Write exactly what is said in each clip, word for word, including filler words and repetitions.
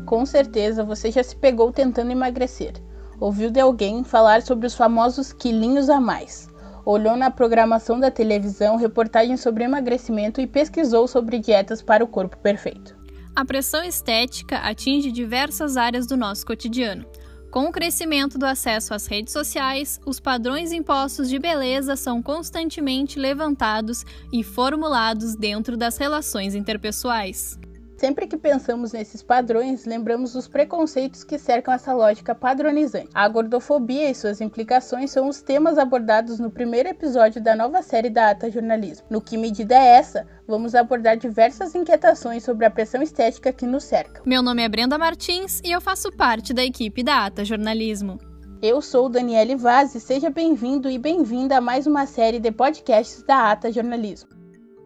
Com certeza você já se pegou tentando emagrecer. Ouviu de alguém falar sobre os famosos quilinhos a mais. Olhou na programação da televisão reportagens sobre emagrecimento e pesquisou sobre dietas para o corpo perfeito. A pressão estética atinge diversas áreas do nosso cotidiano. Com o crescimento do acesso às redes sociais, os padrões impostos de beleza são constantemente levantados e formulados dentro das relações interpessoais. Sempre que pensamos nesses padrões, lembramos dos preconceitos que cercam essa lógica padronizante. A gordofobia e suas implicações são os temas abordados no primeiro episódio da nova série da Ata Jornalismo. No Que Medida é Essa? Vamos abordar diversas inquietações sobre a pressão estética que nos cerca. Meu nome é Brenda Martins e eu faço parte da equipe da Ata Jornalismo. Eu sou Daniele Vaz e seja bem-vindo e bem-vinda a mais uma série de podcasts da Ata Jornalismo.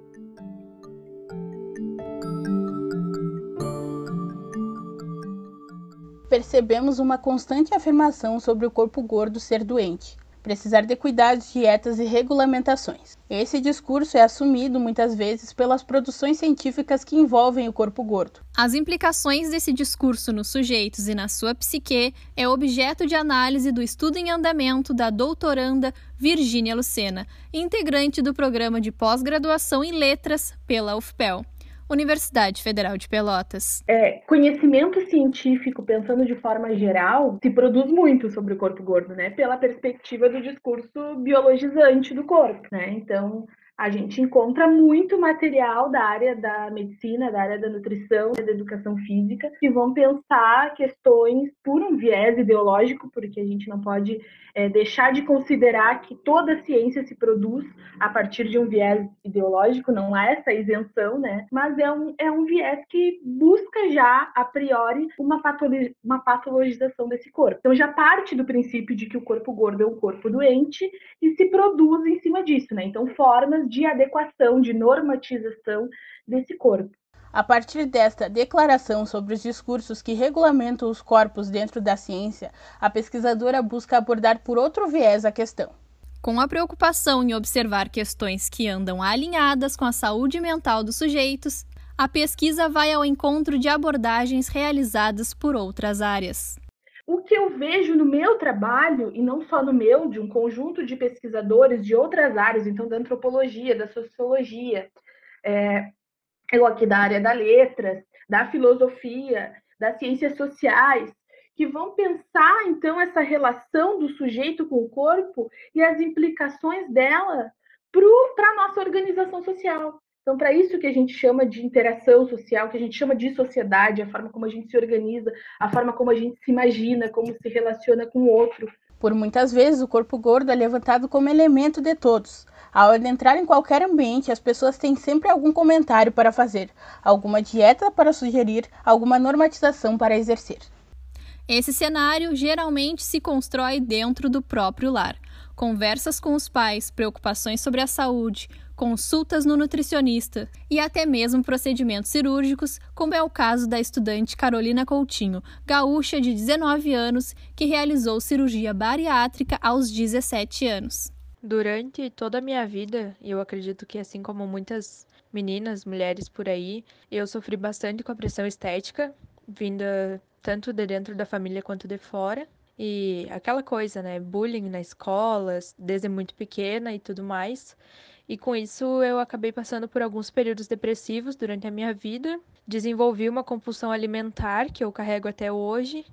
Percebemos uma constante afirmação sobre o corpo gordo ser doente, precisar de cuidados, dietas e regulamentações. Esse discurso é assumido muitas vezes pelas produções científicas que envolvem o corpo gordo. As implicações desse discurso nos sujeitos e na sua psique é objeto de análise do estudo em andamento da doutoranda Virgínia Lucena, integrante do programa de pós-graduação em letras pela U F P E L. Universidade Federal de Pelotas. É, conhecimento científico, pensando de forma geral, se produz muito sobre o corpo gordo, né? Pela perspectiva do discurso biologizante do corpo, né? Então, a gente encontra muito material da área da medicina, da área da nutrição, da educação física, que vão pensar questões por um viés ideológico, porque a gente não pode é, deixar de considerar que toda a ciência se produz a partir de um viés ideológico, não há essa isenção, né? Mas é um, é um viés que busca já, a priori, uma, patologi- uma patologização desse corpo. Então já parte do princípio de que o corpo gordo é um corpo doente e se produz em cima disso, né? Então formas de adequação, de normatização desse corpo. A partir desta declaração sobre os discursos que regulamentam os corpos dentro da ciência, a pesquisadora busca abordar por outro viés a questão. Com a preocupação em observar questões que andam alinhadas com a saúde mental dos sujeitos, a pesquisa vai ao encontro de abordagens realizadas por outras áreas. O que eu vejo no meu trabalho, e não só no meu, de um conjunto de pesquisadores de outras áreas, então da antropologia, da sociologia, é, eu aqui da área da letras, da filosofia, das ciências sociais, que vão pensar, então, essa relação do sujeito com o corpo e as implicações dela para a nossa organização social. Então, para isso que a gente chama de interação social, que a gente chama de sociedade, a forma como a gente se organiza, a forma como a gente se imagina, como se relaciona com o outro. Por muitas vezes, o corpo gordo é levantado como elemento de todos. A hora de entrar em qualquer ambiente, as pessoas têm sempre algum comentário para fazer, alguma dieta para sugerir, alguma normatização para exercer. Esse cenário geralmente se constrói dentro do próprio lar. Conversas com os pais, preocupações sobre a saúde, consultas no nutricionista e até mesmo procedimentos cirúrgicos, como é o caso da estudante Carolina Coutinho, gaúcha de dezenove anos, que realizou cirurgia bariátrica aos dezessete anos. Durante toda a minha vida, e eu acredito que assim como muitas meninas, mulheres por aí, eu sofri bastante com a pressão estética, vinda tanto de dentro da família quanto de fora. E aquela coisa, né, bullying na escola, desde muito pequena e tudo mais. E com isso eu acabei passando por alguns períodos depressivos durante a minha vida. Desenvolvi uma compulsão alimentar que eu carrego até hoje.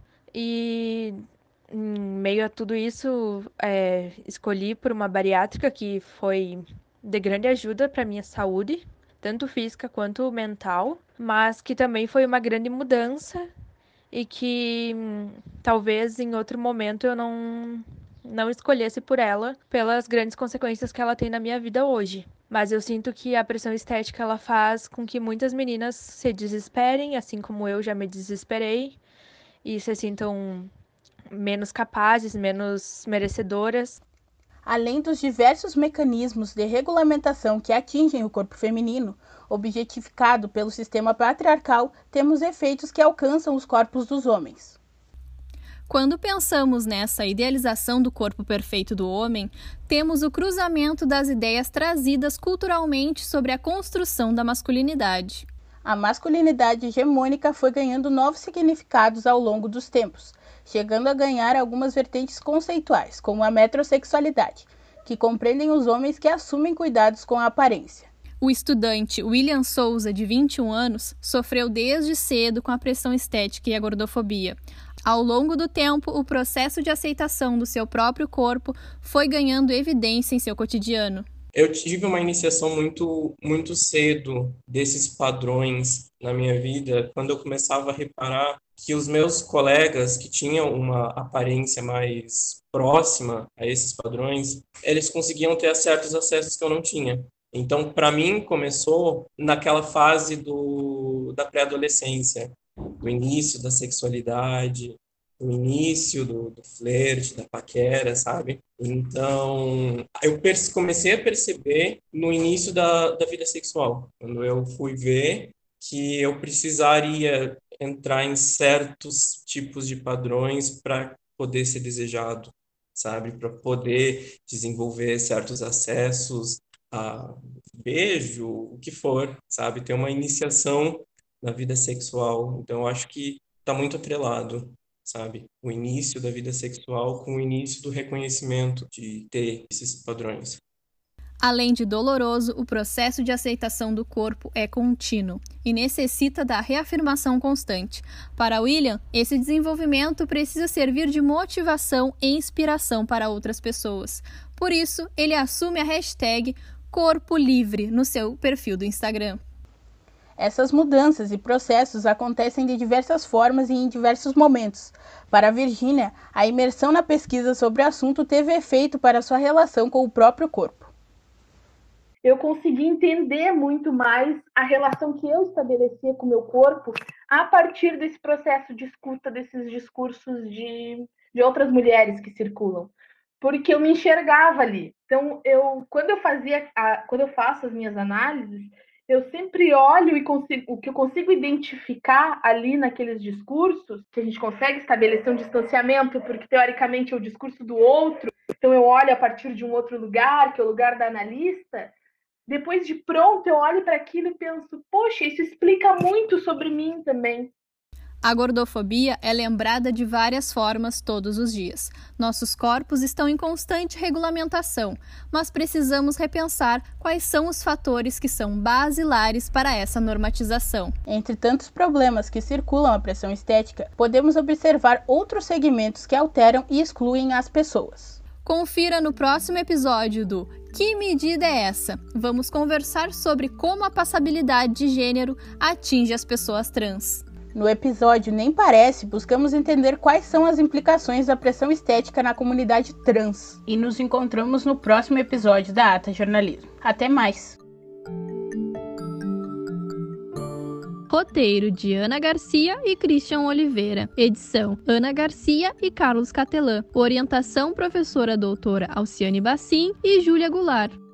E em meio a tudo isso, é, escolhi por uma bariátrica que foi de grande ajuda para minha saúde, tanto física quanto mental, mas que também foi uma grande mudança e que hum, talvez em outro momento eu não, não escolhesse por ela, pelas grandes consequências que ela tem na minha vida hoje. Mas eu sinto que a pressão estética ela faz com que muitas meninas se desesperem, assim como eu já me desesperei, e se sintam menos capazes, menos merecedoras. Além dos diversos mecanismos de regulamentação que atingem o corpo feminino, objetificado pelo sistema patriarcal, temos efeitos que alcançam os corpos dos homens. Quando pensamos nessa idealização do corpo perfeito do homem, temos o cruzamento das ideias trazidas culturalmente sobre a construção da masculinidade. A masculinidade hegemônica foi ganhando novos significados ao longo dos tempos, chegando a ganhar algumas vertentes conceituais, como a metrosexualidade, que compreendem os homens que assumem cuidados com a aparência. O estudante William Souza, de vinte e um anos, sofreu desde cedo com a pressão estética e a gordofobia. Ao longo do tempo, o processo de aceitação do seu próprio corpo foi ganhando evidência em seu cotidiano. Eu tive uma iniciação muito, muito cedo desses padrões na minha vida, quando eu começava a reparar que os meus colegas que tinham uma aparência mais próxima a esses padrões, eles conseguiam ter certos acessos que eu não tinha. Então, para mim, começou naquela fase do, da pré-adolescência, do início da sexualidade, o início do, do flerte, da paquera, sabe? Então, eu comecei a perceber no início da, da vida sexual, quando eu fui ver que eu precisaria entrar em certos tipos de padrões para poder ser desejado, sabe? Para poder desenvolver certos acessos a beijo, o que for, sabe? Ter uma iniciação na vida sexual. Então, eu acho que está muito atrelado, sabe? O início da vida sexual com o início do reconhecimento de ter esses padrões. Além de doloroso, o processo de aceitação do corpo é contínuo e necessita da reafirmação constante. Para William, esse desenvolvimento precisa servir de motivação e inspiração para outras pessoas. Por isso, ele assume a hashtag Corpo Livre no seu perfil do Instagram. Essas mudanças e processos acontecem de diversas formas e em diversos momentos. Para a Virgínia, a imersão na pesquisa sobre o assunto teve efeito para sua relação com o próprio corpo. Eu consegui entender muito mais a relação que eu estabelecia com o meu corpo a partir desse processo de escuta desses discursos de, de outras mulheres que circulam. Porque eu me enxergava ali. Então, eu, quando, eu fazia a, quando eu faço as minhas análises, eu sempre olho e consigo, o que eu consigo identificar ali naqueles discursos, que a gente consegue estabelecer um distanciamento, porque teoricamente é o discurso do outro, então eu olho a partir de um outro lugar, que é o lugar da analista. Depois de pronto, eu olho para aquilo e penso, poxa, isso explica muito sobre mim também. A gordofobia é lembrada de várias formas todos os dias. Nossos corpos estão em constante regulamentação, mas precisamos repensar quais são os fatores que são basilares para essa normatização. Entre tantos problemas que circulam a pressão estética, podemos observar outros segmentos que alteram e excluem as pessoas. Confira no próximo episódio do Que Medida é Essa? Vamos conversar sobre como a passabilidade de gênero atinge as pessoas trans. No episódio Nem Parece, buscamos entender quais são as implicações da pressão estética na comunidade trans. E nos encontramos no próximo episódio da Ata Jornalismo. Até mais! Roteiro de Ana Garcia e Christian Oliveira. Edição Ana Garcia e Carlos Catelã. Orientação professora doutora Alciane Bassim e Júlia Goulart.